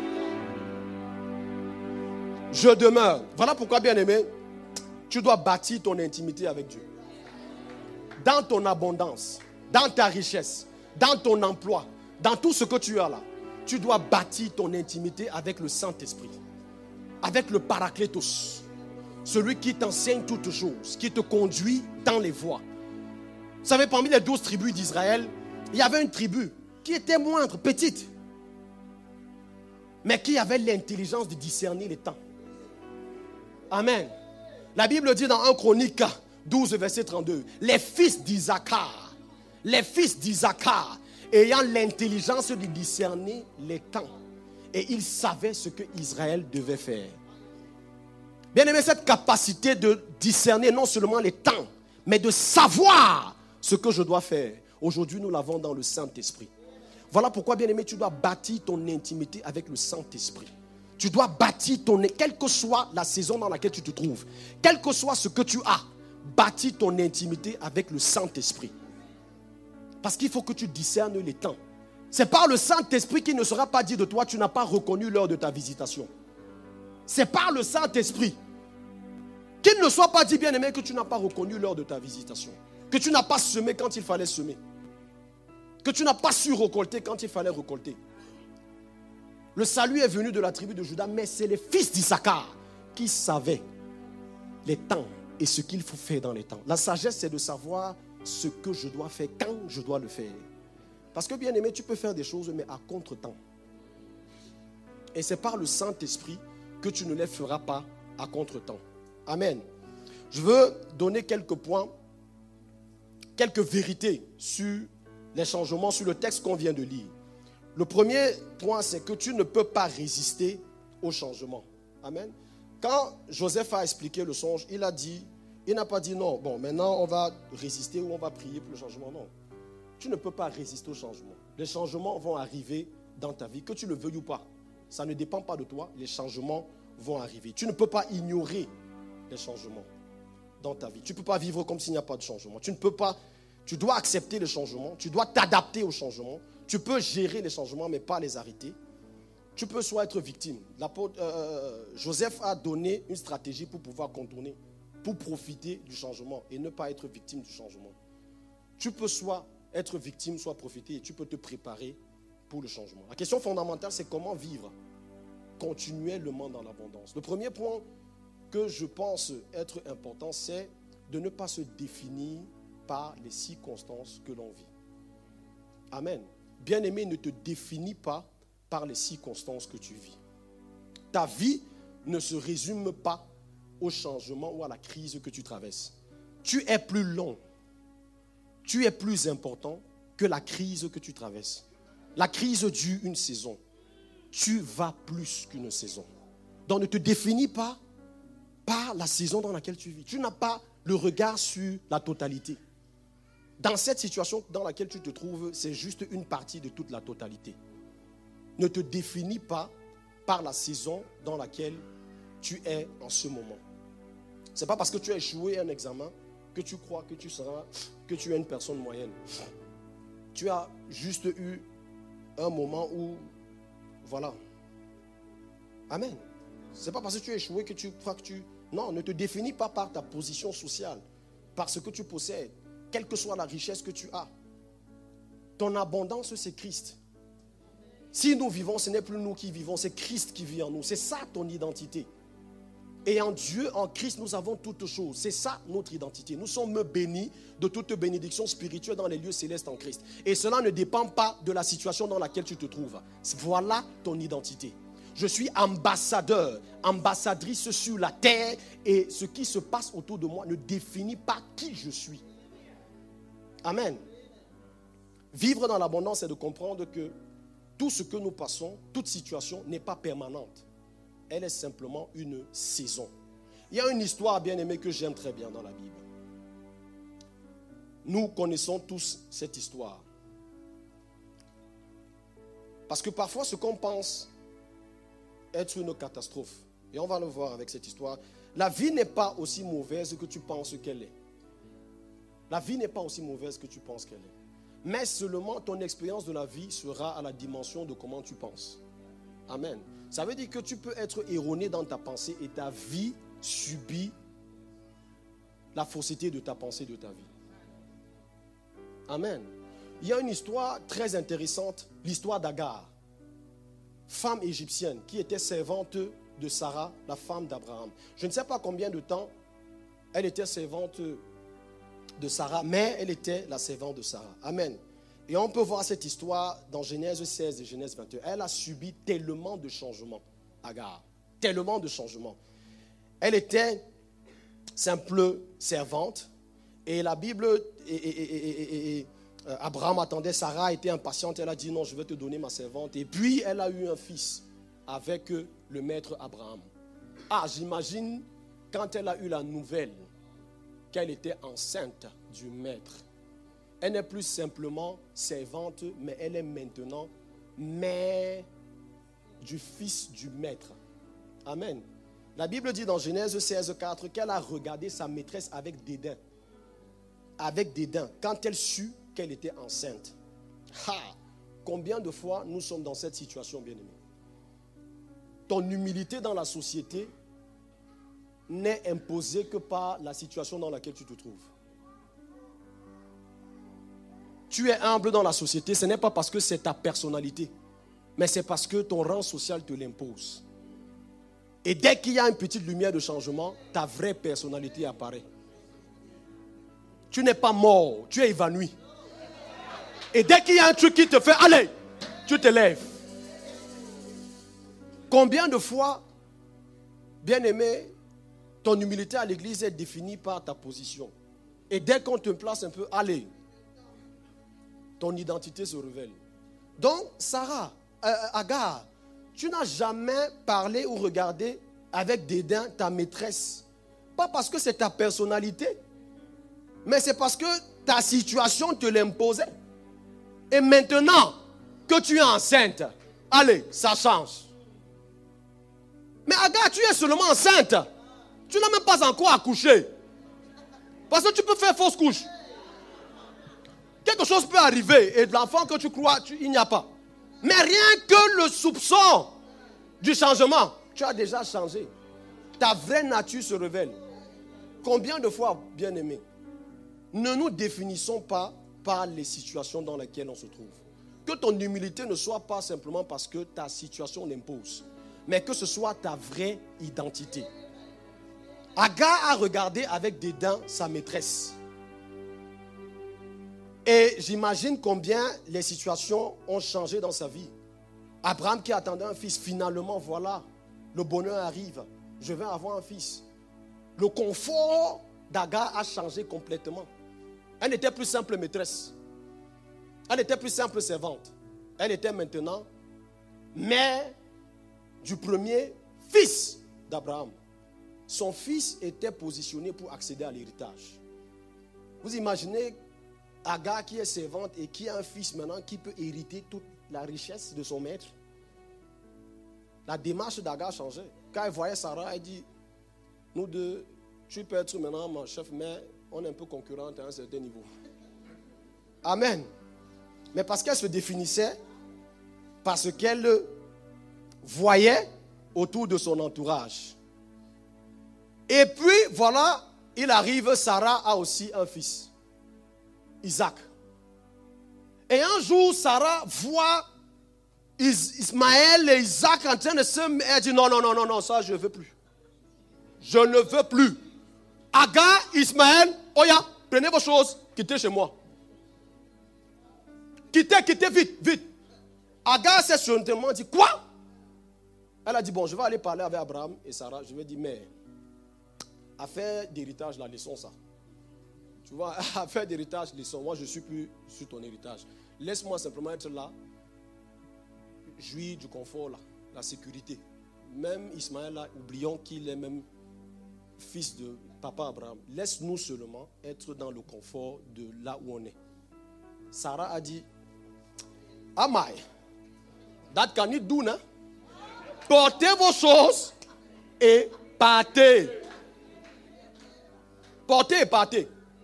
Je demeure. Voilà pourquoi, bien-aimé, tu dois bâtir ton intimité avec Dieu. Dans ton abondance, dans ta richesse, dans ton emploi, dans tout ce que tu as là, tu dois bâtir ton intimité avec le Saint-Esprit, avec le Paraclétos, celui qui t'enseigne toutes choses, qui te conduit dans les voies. Vous savez, parmi les douze tribus d'Israël, il y avait une tribu qui était moindre, petite, mais qui avait l'intelligence de discerner les temps. Amen. La Bible dit dans un Chronique douze, verset trente-deux, les fils d'Isaacar, les fils d'Isaacar, ayant l'intelligence de discerner les temps. Et ils savaient ce que Israël devait faire. Bien aimé, cette capacité de discerner non seulement les temps, mais de savoir ce que je dois faire. Aujourd'hui, nous l'avons dans le Saint-Esprit. Voilà pourquoi, bien aimé, tu dois bâtir ton intimité avec le Saint-Esprit. Tu dois bâtir ton... Quelle que soit la saison dans laquelle tu te trouves, quel que soit ce que tu as, bâtis ton intimité avec le Saint-Esprit. Parce qu'il faut que tu discernes les temps. C'est par le Saint-Esprit qu'il ne sera pas dit de toi, tu n'as pas reconnu l'heure de ta visitation. C'est par le Saint-Esprit qu'il ne soit pas dit, bien aimé, que tu n'as pas reconnu l'heure de ta visitation. Que tu n'as pas semé quand il fallait semer. Que tu n'as pas su récolter quand il fallait récolter. Le salut est venu de la tribu de Juda, mais c'est les fils d'Issachar qui savaient les temps et ce qu'il faut faire dans les temps. La sagesse, c'est de savoir ce que je dois faire, quand je dois le faire. Parce que, bien aimé, tu peux faire des choses, mais à contre-temps. Et c'est par le Saint-Esprit que tu ne les feras pas à contre-temps. Amen. Je veux donner quelques points, quelques vérités sur les changements, sur le texte qu'on vient de lire. Le premier point, c'est que tu ne peux pas résister au changement. Amen. Quand Joseph a expliqué le songe, il a dit, il n'a pas dit non, bon, maintenant on va résister ou on va prier pour le changement. Non. Tu ne peux pas résister au changement. Les changements vont arriver dans ta vie, que tu le veuilles ou pas. Ça ne dépend pas de toi, les changements vont arriver. Tu ne peux pas ignorer les changements dans ta vie. Tu ne peux pas vivre comme s'il n'y a pas de changement. Tu ne peux pas, tu dois accepter les changements, tu dois t'adapter aux changements. Tu peux gérer les changements, mais pas les arrêter. Tu peux soit être victime. L'apôtre, euh, Joseph a donné une stratégie pour pouvoir contourner, pour profiter du changement et ne pas être victime du changement. Tu peux soit être victime, soit profiter, et tu peux te préparer pour le changement. La question fondamentale, c'est comment vivre continuellement dans l'abondance. Le premier point que je pense être important, c'est de ne pas se définir par les circonstances que l'on vit. Amen. Bien-aimé, ne te définis pas par les circonstances que tu vis. Ta vie ne se résume pas au changement ou à la crise que tu traverses. Tu es plus long, tu es plus important que la crise que tu traverses. La crise dure une saison. Tu vas plus qu'une saison. Donc ne te définis pas par la saison dans laquelle tu vis. Tu n'as pas le regard sur la totalité. Dans cette situation dans laquelle tu te trouves, c'est juste une partie de toute la totalité. Ne te définis pas par la saison dans laquelle tu es en ce moment. Ce n'est pas parce que tu as échoué un examen que tu crois que tu seras, que tu es une personne moyenne. Tu as juste eu un moment où, voilà. Amen. Ce n'est pas parce que tu as échoué que tu crois que tu... Non, ne te définis pas par ta position sociale, par ce que tu possèdes, quelle que soit la richesse que tu as. Ton abondance, c'est Christ. Si nous vivons, ce n'est plus nous qui vivons, c'est Christ qui vit en nous. C'est ça ton identité. Et en Dieu, en Christ, nous avons toutes choses. C'est ça notre identité. Nous sommes bénis de toute bénédiction spirituelle dans les lieux célestes en Christ. Et cela ne dépend pas de la situation dans laquelle tu te trouves. Voilà ton identité. Je suis ambassadeur, ambassadrice sur la terre, et ce qui se passe autour de moi ne définit pas qui je suis. Amen. Vivre dans l'abondance, c'est de comprendre que tout ce que nous passons, toute situation n'est pas permanente. Elle est simplement une saison. Il y a une histoire bien aimée que j'aime très bien dans la Bible. Nous connaissons tous cette histoire. Parce que parfois, ce qu'on pense être une catastrophe, et on va le voir avec cette histoire, la vie n'est pas aussi mauvaise que tu penses qu'elle est. La vie n'est pas aussi mauvaise que tu penses qu'elle est. Mais seulement ton expérience de la vie sera à la dimension de comment tu penses. Amen. Ça veut dire que tu peux être erroné dans ta pensée et ta vie subit la fausseté de ta pensée, de ta vie. Amen. Il y a une histoire très intéressante, l'histoire d'Agar, femme égyptienne qui était servante de Sarah, la femme d'Abraham. Je ne sais pas combien de temps elle était servante de Sarah, mais elle était la servante de Sarah. Amen. Et on peut voir cette histoire dans Genèse seize et Genèse vingt et un. Elle a subi tellement de changements, Agar. Tellement de changements. Elle était simple servante. Et la Bible, et, et, et, et, et, Abraham attendait, Sarah était impatiente. Elle a dit non, je vais te donner ma servante. Et puis elle a eu un fils avec le maître Abraham. Ah, j'imagine quand elle a eu la nouvelle qu'elle était enceinte du maître. Elle n'est plus simplement servante, mais elle est maintenant mère du fils du maître. Amen. La Bible dit dans Genèse seize, quatre qu'elle a regardé sa maîtresse avec dédain. Avec dédain, quand elle sut qu'elle était enceinte. Ha! Combien de fois nous sommes dans cette situation, bien-aimés? Ton humilité dans la société n'est imposée que par la situation dans laquelle tu te trouves. Tu es humble dans la société, ce n'est pas parce que c'est ta personnalité, mais c'est parce que ton rang social te l'impose. Et dès qu'il y a une petite lumière de changement, ta vraie personnalité apparaît. Tu n'es pas mort, tu es évanoui. Et dès qu'il y a un truc qui te fait, allez, tu te lèves. Combien de fois, bien-aimé, Ton humilité à l'église est définie par ta position. Et dès qu'on te place un peu, allez, ton identité se révèle. Donc, Sarah, euh, Agar, tu n'as jamais parlé ou regardé avec dédain ta maîtresse. Pas parce que c'est ta personnalité, mais c'est parce que ta situation te l'imposait. Et maintenant que tu es enceinte, allez, ça change. Mais Agar, tu es seulement enceinte. Tu n'as même pas encore accouché. Parce que tu peux faire fausse couche. Quelque chose peut arriver et l'enfant que tu crois, tu, il n'y a pas. Mais rien que le soupçon du changement, tu as déjà changé. Ta vraie nature se révèle. Combien de fois, bien-aimés, ne nous définissons pas par les situations dans lesquelles on se trouve. Que ton humilité ne soit pas simplement parce que ta situation l'impose, mais que ce soit ta vraie identité. Agar a regardé avec dédain sa maîtresse. Et j'imagine combien les situations ont changé dans sa vie. Abraham qui attendait un fils, finalement, voilà, le bonheur arrive. Je vais avoir un fils. Le confort d'Agar a changé complètement. Elle n'était plus simple maîtresse. Elle n'était plus simple servante. Elle était maintenant mère du premier fils d'Abraham. Son fils était positionné pour accéder à l'héritage. Vous imaginez Agar qui est servante et qui a un fils maintenant qui peut hériter toute la richesse de son maître. La démarche d'Agar changeait. Quand elle voyait Sarah, elle dit, nous deux, tu peux être maintenant mon chef, mais on est un peu concurrente à un certain niveau. Amen. Mais parce qu'elle se définissait, parce qu'elle voyait autour de son entourage. Et puis, voilà, il arrive, Sarah a aussi un fils, Isaac. Et un jour, Sarah voit Is- Ismaël et Isaac en train de se... Elle dit, non, non, non, non, non, ça, je ne veux plus. Je ne veux plus. Agar, Ismaël, Oya, prenez vos choses, quittez chez moi. Quittez, quittez, vite, vite. Agar s'est spontanément dit, quoi? Elle a dit, bon, je vais aller parler avec Abraham et Sarah. Je vais dire, mais, affaire d'héritage, la laissons ça. Tu vois, affaire d'héritage, laissons. Moi, je ne suis plus sur ton héritage. Laisse-moi simplement être là, jouir du confort, là, la sécurité. Même Ismaël, là, oublions qu'il est même fils de papa Abraham. Laisse-nous seulement être dans le confort de là où on est. Sarah a dit, Amai, that can it do, hein? Portez vos choses et partez. Portez et partez.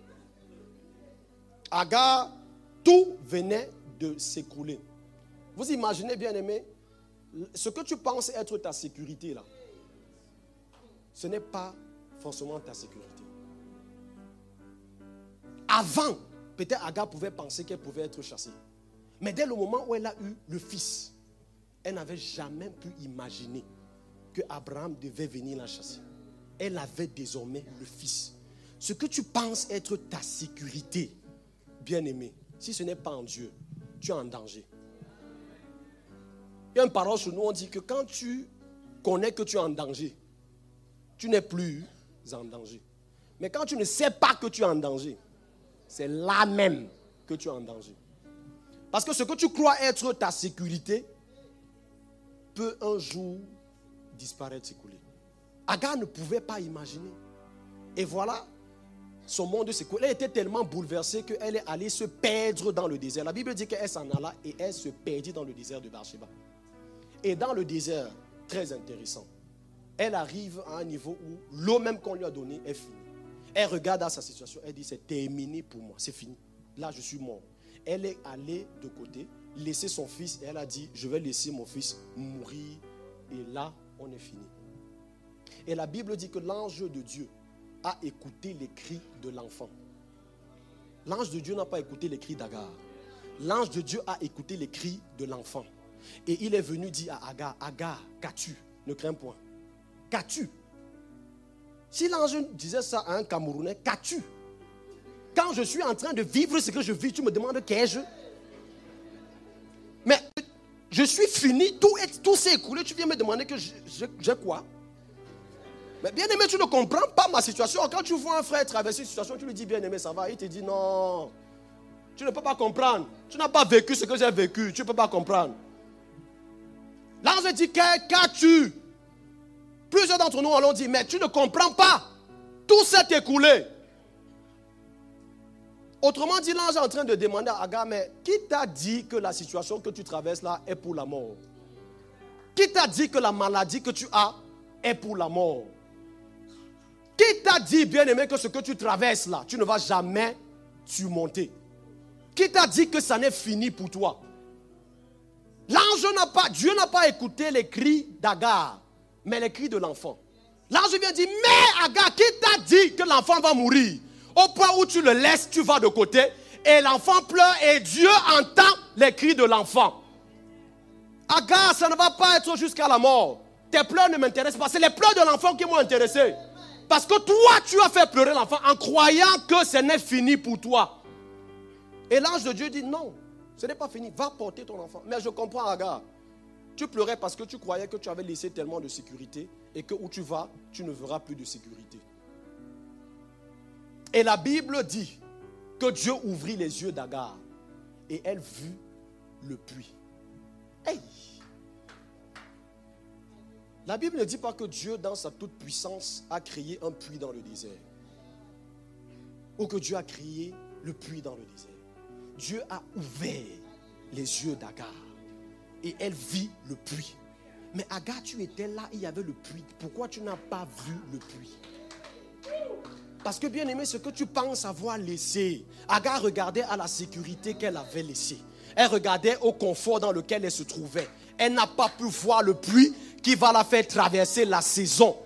Agar, tout venait de s'écrouler. Vous imaginez, bien aimé, ce que tu penses être ta sécurité là, ce n'est pas forcément ta sécurité. Avant, peut-être Agar pouvait penser qu'elle pouvait être chassée. Mais dès le moment où elle a eu le fils, elle n'avait jamais pu imaginer que Abraham devait venir la chasser. Elle avait désormais le fils. Ce que tu penses être ta sécurité, bien-aimé, si ce n'est pas en Dieu, tu es en danger. Il y a une parole sur nous, on dit que quand tu connais que tu es en danger, tu n'es plus en danger. Mais quand tu ne sais pas que tu es en danger, c'est là même que tu es en danger. Parce que ce que tu crois être ta sécurité peut un jour disparaître, s'écouler. Agar ne pouvait pas imaginer. Et voilà, son monde s'écoule. Elle était tellement bouleversée qu'elle est allée se perdre dans le désert. La Bible dit qu'elle s'en alla et elle se perdit dans le désert de Beersheba. Et dans le désert, très intéressant, elle arrive à un niveau où l'eau même qu'on lui a donnée est finie. Elle regarde à sa situation, elle dit c'est terminé pour moi, c'est fini. Là je suis mort. Elle est allée de côté, laisser son fils et elle a dit je vais laisser mon fils mourir et là on est fini. Et la Bible dit que l'ange de Dieu a écouté les cris de l'enfant. L'ange de Dieu n'a pas écouté les cris d'Agar. L'ange de Dieu a écouté les cris de l'enfant. Et il est venu dire à Agar, Agar, qu'as-tu? Ne crains point. Qu'as-tu? Si l'ange disait ça à un Camerounais, qu'as-tu? Quand je suis en train de vivre ce que je vis, tu me demandes qu'ai-je? Mais je suis fini, tout, est, tout s'est écoulé, tu viens me demander que j'ai quoi? Mais bien aimé, tu ne comprends pas ma situation. Quand tu vois un frère traverser une situation, tu lui dis bien aimé, ça va. Il te dit non. Tu ne peux pas comprendre. Tu n'as pas vécu ce que j'ai vécu. Tu ne peux pas comprendre. L'ange dit, qu'as-tu? Plusieurs d'entre nous allons dire, mais tu ne comprends pas. Tout s'est écoulé. Autrement dit, l'ange est en train de demander à Agar, mais qui t'a dit que la situation que tu traverses là est pour la mort? Qui t'a dit que la maladie que tu as est pour la mort? Qui t'a dit, bien-aimé, que ce que tu traverses là, tu ne vas jamais surmonter? Qui t'a dit que ça n'est fini pour toi? L'ange n'a pas, Dieu n'a pas écouté les cris d'Agar, mais les cris de l'enfant. L'ange vient dire, mais Agar, qui t'a dit que l'enfant va mourir? Au point où tu le laisses, tu vas de côté, et l'enfant pleure, et Dieu entend les cris de l'enfant. Agar, ça ne va pas être jusqu'à la mort. Tes pleurs ne m'intéressent pas. C'est les pleurs de l'enfant qui m'ont intéressé. Parce que toi, tu as fait pleurer l'enfant en croyant que ce n'est fini pour toi. Et l'ange de Dieu dit, non, ce n'est pas fini. Va porter ton enfant. Mais je comprends, Agar. Tu pleurais parce que tu croyais que tu avais laissé tellement de sécurité et que où tu vas, tu ne verras plus de sécurité. Et la Bible dit que Dieu ouvrit les yeux d'Agar et elle vit le puits. Hey! La Bible ne dit pas que Dieu, dans sa toute puissance, a créé un puits dans le désert. Ou que Dieu a créé le puits dans le désert. Dieu a ouvert les yeux d'Agar et elle vit le puits. Mais Agar, tu étais là, il y avait le puits. Pourquoi tu n'as pas vu le puits? Parce que bien aimé, ce que tu penses avoir laissé, Agar regardait à la sécurité qu'elle avait laissée. Elle regardait au confort dans lequel elle se trouvait. Elle n'a pas pu voir le puits qui va la faire traverser la saison.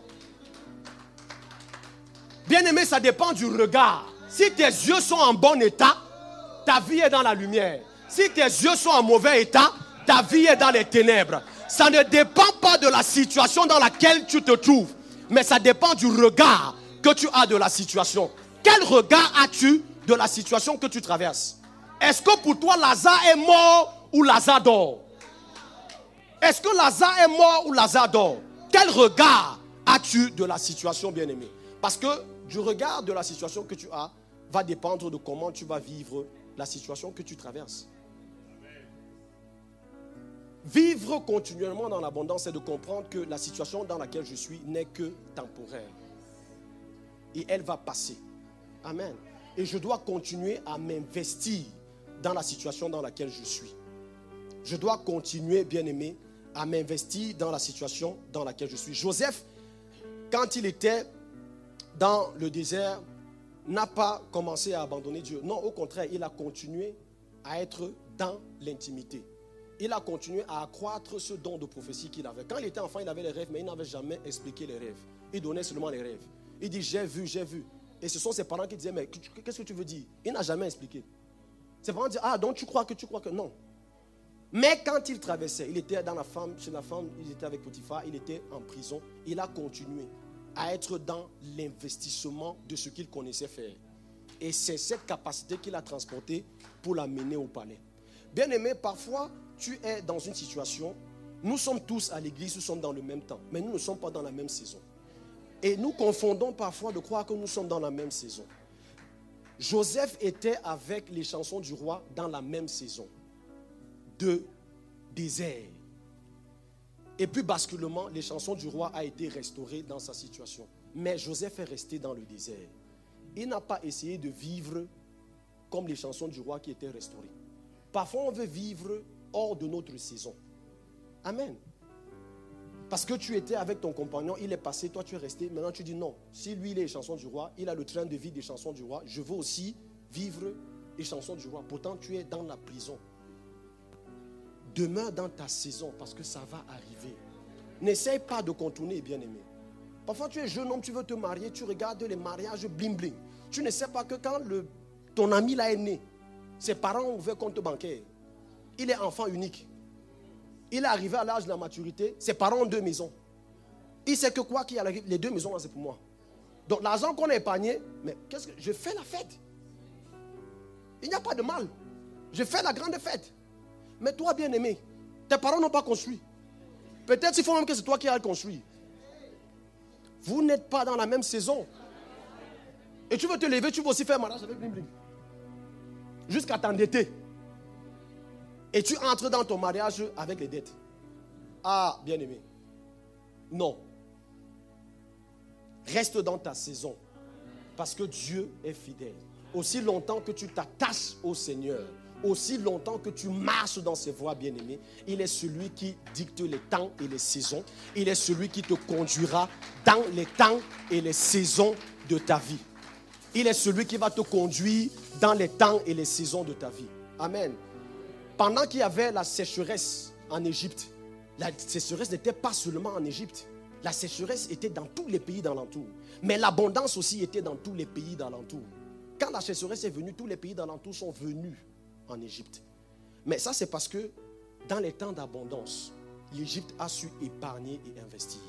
Bien aimé, ça dépend du regard. Si tes yeux sont en bon état, ta vie est dans la lumière. Si tes yeux sont en mauvais état, ta vie est dans les ténèbres. Ça ne dépend pas de la situation dans laquelle tu te trouves, mais ça dépend du regard que tu as de la situation. Quel regard as-tu de la situation que tu traverses? Est-ce que pour toi Lazare est mort ou Lazare dort? Est-ce que Lazare est mort ou Lazare dort? Quel regard as-tu de la situation, bien-aimé? Parce que du regard de la situation que tu as va dépendre de comment tu vas vivre la situation que tu traverses. Vivre continuellement dans l'abondance, c'est de comprendre que la situation dans laquelle je suis n'est que temporaire. Et elle va passer. Amen. Et je dois continuer à m'investir dans la situation dans laquelle je suis. Je dois continuer, bien-aimé, à m'investir dans la situation dans laquelle je suis. Joseph, quand il était dans le désert, n'a pas commencé à abandonner Dieu. Non, au contraire, il a continué à être dans l'intimité. Il a continué à accroître ce don de prophétie qu'il avait. Quand il était enfant, il avait les rêves, mais il n'avait jamais expliqué les rêves. Il donnait seulement les rêves. Il dit, j'ai vu, j'ai vu. Et ce sont ses parents qui disaient, mais qu'est-ce que tu veux dire? Il n'a jamais expliqué. Ses parents disaient, ah, donc tu crois que tu crois que non. Mais quand il traversait, il était dans la femme, chez la femme, il était avec Potiphar, il était en prison. Il a continué à être dans l'investissement de ce qu'il connaissait faire. Et c'est cette capacité qu'il a transportée pour l'amener au palais. Bien aimé, parfois, tu es dans une situation, nous sommes tous à l'église, nous sommes dans le même temps, mais nous ne sommes pas dans la même saison. Et nous confondons parfois de croire que nous sommes dans la même saison. Joseph était avec les chansons du roi dans la même saison de désert. Et puis basculement, les chansons du roi a été restaurées dans sa situation. Mais Joseph est resté dans le désert. Il n'a pas essayé de vivre comme les chansons du roi qui étaient restaurées. Parfois, on veut vivre hors de notre saison. Amen. Parce que tu étais avec ton compagnon, il est passé, toi tu es resté. Maintenant tu dis non. Si lui il est les chansons du roi, il a le train de vie des chansons du roi. Je veux aussi vivre les chansons du roi. Pourtant tu es dans la prison. Demeure dans ta saison parce que ça va arriver. N'essaye pas de contourner, bien-aimé. Parfois tu es jeune homme, tu veux te marier, tu regardes les mariages bling bling. Tu ne sais pas que quand le, ton ami là est né, ses parents ont ouvert compte bancaire. Il est enfant unique. Il est arrivé à l'âge de la maturité, ses parents ont deux maisons. Il sait que quoi qu'il arrive, les deux maisons, c'est pour moi. Donc l'argent qu'on a épargné, mais qu'est-ce que je fais la fête? Il n'y a pas de mal. Je fais la grande fête. Mais toi, bien-aimé, tes parents n'ont pas construit. Peut-être il faut même que c'est toi qui as construit. Vous n'êtes pas dans la même saison. Et tu veux te lever, tu veux aussi faire un mariage avec Bling Bling. Jusqu'à t'endetter. Et tu entres dans ton mariage avec les dettes. Ah, bien-aimé. Non. Reste dans ta saison. Parce que Dieu est fidèle. Aussi longtemps que tu t'attaches au Seigneur, aussi longtemps que tu marches dans ses voies, bien-aimé, il est celui qui dicte les temps et les saisons. Il est celui qui te conduira dans les temps et les saisons de ta vie. Il est celui qui va te conduire dans les temps et les saisons de ta vie. Amen. Pendant qu'il y avait la sécheresse en Égypte, la sécheresse n'était pas seulement en Égypte. La sécheresse était dans tous les pays d'alentour. Mais l'abondance aussi était dans tous les pays d'alentour. Quand la sécheresse est venue, tous les pays d'alentour sont venus en Égypte. Mais ça, c'est parce que dans les temps d'abondance, l'Égypte a su épargner et investir.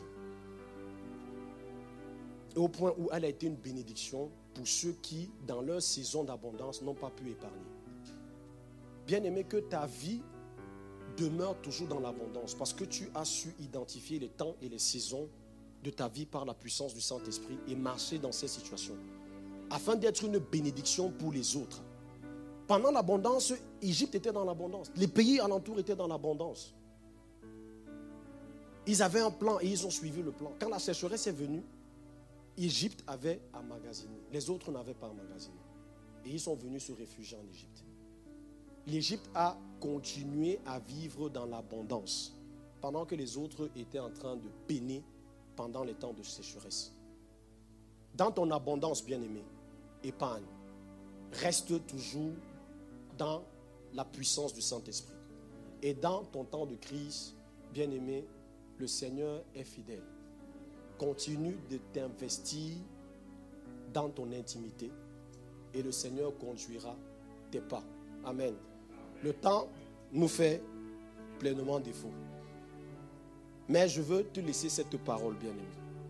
Et au point où elle a été une bénédiction pour ceux qui, dans leur saison d'abondance, n'ont pas pu épargner. Bien aimé, que ta vie demeure toujours dans l'abondance parce que tu as su identifier les temps et les saisons de ta vie par la puissance du Saint-Esprit et marcher dans ces situations afin d'être une bénédiction pour les autres. Pendant l'abondance, l'Égypte était dans l'abondance. Les pays alentours étaient dans l'abondance. Ils avaient un plan et ils ont suivi le plan. Quand la sécheresse est venue, l'Égypte avait emmagasiné. Les autres n'avaient pas emmagasiné. Et ils sont venus se réfugier en Égypte. L'Égypte a continué à vivre dans l'abondance pendant que les autres étaient en train de peiner pendant les temps de sécheresse. Dans ton abondance, bien-aimé, épargne. Reste toujours dans la puissance du Saint-Esprit. Et dans ton temps de crise, bien-aimé, le Seigneur est fidèle. Continue de t'investir dans ton intimité et le Seigneur conduira tes pas. Amen. Le temps nous fait pleinement défaut. Mais je veux te laisser cette parole, bien-aimé.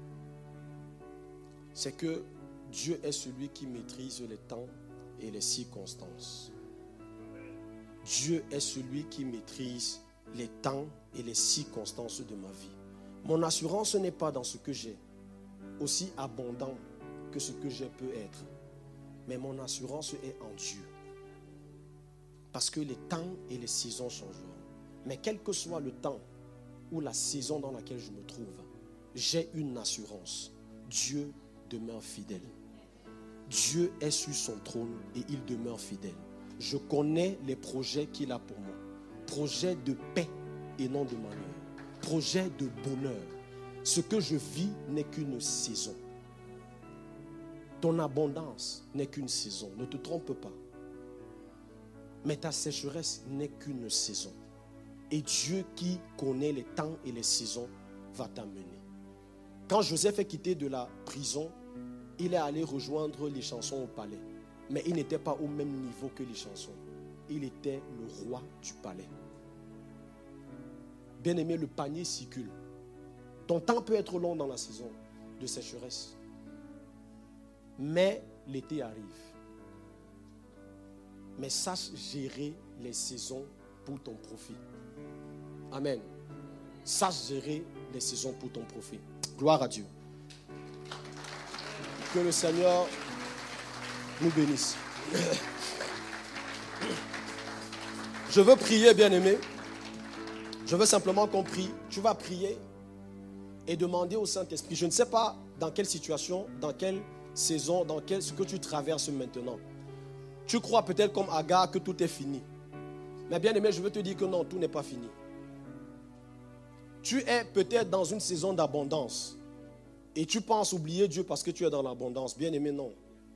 C'est que Dieu est celui qui maîtrise les temps et les circonstances. Dieu est celui qui maîtrise les temps et les circonstances de ma vie. Mon assurance n'est pas dans ce que j'ai, aussi abondant que ce que j'ai peut être. Mais mon assurance est en Dieu. Parce que les temps et les saisons changeront. Mais quel que soit le temps ou la saison dans laquelle je me trouve, j'ai une assurance. Dieu demeure fidèle. Dieu est sur son trône et il demeure fidèle. Je connais les projets qu'il a pour moi. Projets de paix et non de malheur. Projets de bonheur. Ce que je vis n'est qu'une saison. Ton abondance n'est qu'une saison. Ne te trompe pas. Mais ta sécheresse n'est qu'une saison. Et Dieu qui connaît les temps et les saisons va t'amener. Quand Joseph est quitté de la prison, il est allé rejoindre les chansons au palais. Mais il n'était pas au même niveau que les chansons. Il était le roi du palais. Bien-aimé, le panier circule. Ton temps peut être long dans la saison de sécheresse. Mais l'été arrive. Mais sache gérer les saisons pour ton profit. Amen. Sache gérer les saisons pour ton profit. Gloire à Dieu. Que le Seigneur nous bénisse. Je veux prier, bien-aimé. Je veux simplement qu'on prie. Tu vas prier et demander au Saint-Esprit. Je ne sais pas dans quelle situation, dans quelle saison, dans quel, ce que tu traverses maintenant. Tu crois peut-être comme Agar que tout est fini. Mais bien aimé, je veux te dire que non, tout n'est pas fini. Tu es peut-être dans une saison d'abondance. Et tu penses oublier Dieu parce que tu es dans l'abondance. Bien aimé, non.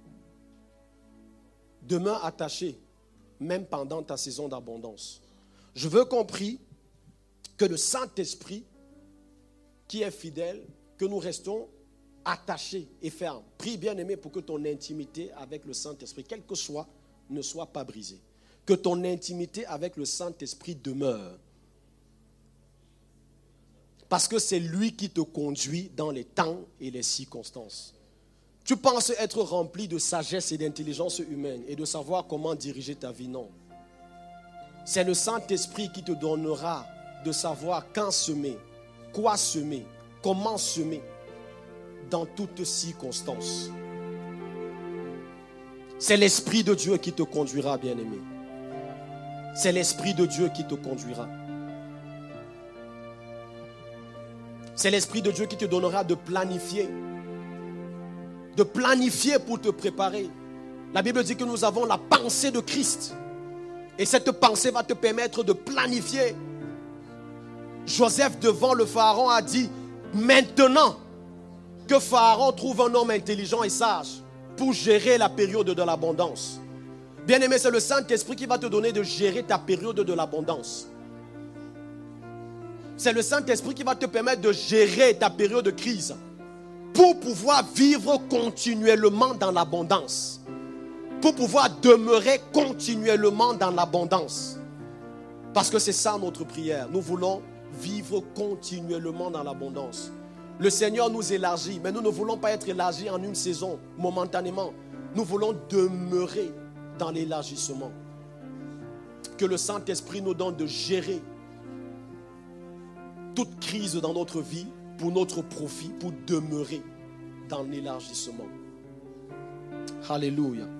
Demeure attaché, même pendant ta saison d'abondance. Je veux qu'on prie que le Saint-Esprit, qui est fidèle, que nous restons attachés et fermes. Prie, bien aimé, pour que ton intimité avec le Saint-Esprit, quel que soit, ne soit pas brisée. Que ton intimité avec le Saint-Esprit demeure. Parce que c'est lui qui te conduit dans les temps et les circonstances. Tu penses être rempli de sagesse et d'intelligence humaine et de savoir comment diriger ta vie, non. C'est le Saint-Esprit qui te donnera de savoir quand semer, quoi semer, comment semer. dans toutes circonstances. C'est l'Esprit de Dieu qui te conduira, bien-aimé. C'est l'Esprit de Dieu qui te conduira. C'est l'Esprit de Dieu qui te donnera de planifier. De planifier pour te préparer. La Bible dit que nous avons la pensée de Christ. Et cette pensée va te permettre de planifier. Joseph, devant le Pharaon, a dit, maintenant que Pharaon trouve un homme intelligent et sage pour gérer la période de l'abondance. Bien-aimé, c'est le Saint-Esprit qui va te donner de gérer ta période de l'abondance. C'est le Saint-Esprit qui va te permettre de gérer ta période de crise pour pouvoir vivre continuellement dans l'abondance. Pour pouvoir demeurer continuellement dans l'abondance. Parce que c'est ça notre prière. Nous voulons vivre continuellement dans l'abondance. Le Seigneur nous élargit, mais nous ne voulons pas être élargis en une saison, momentanément. Nous voulons demeurer dans l'élargissement. Que le Saint-Esprit nous donne de gérer toute crise dans notre vie pour notre profit, pour demeurer dans l'élargissement. Alléluia.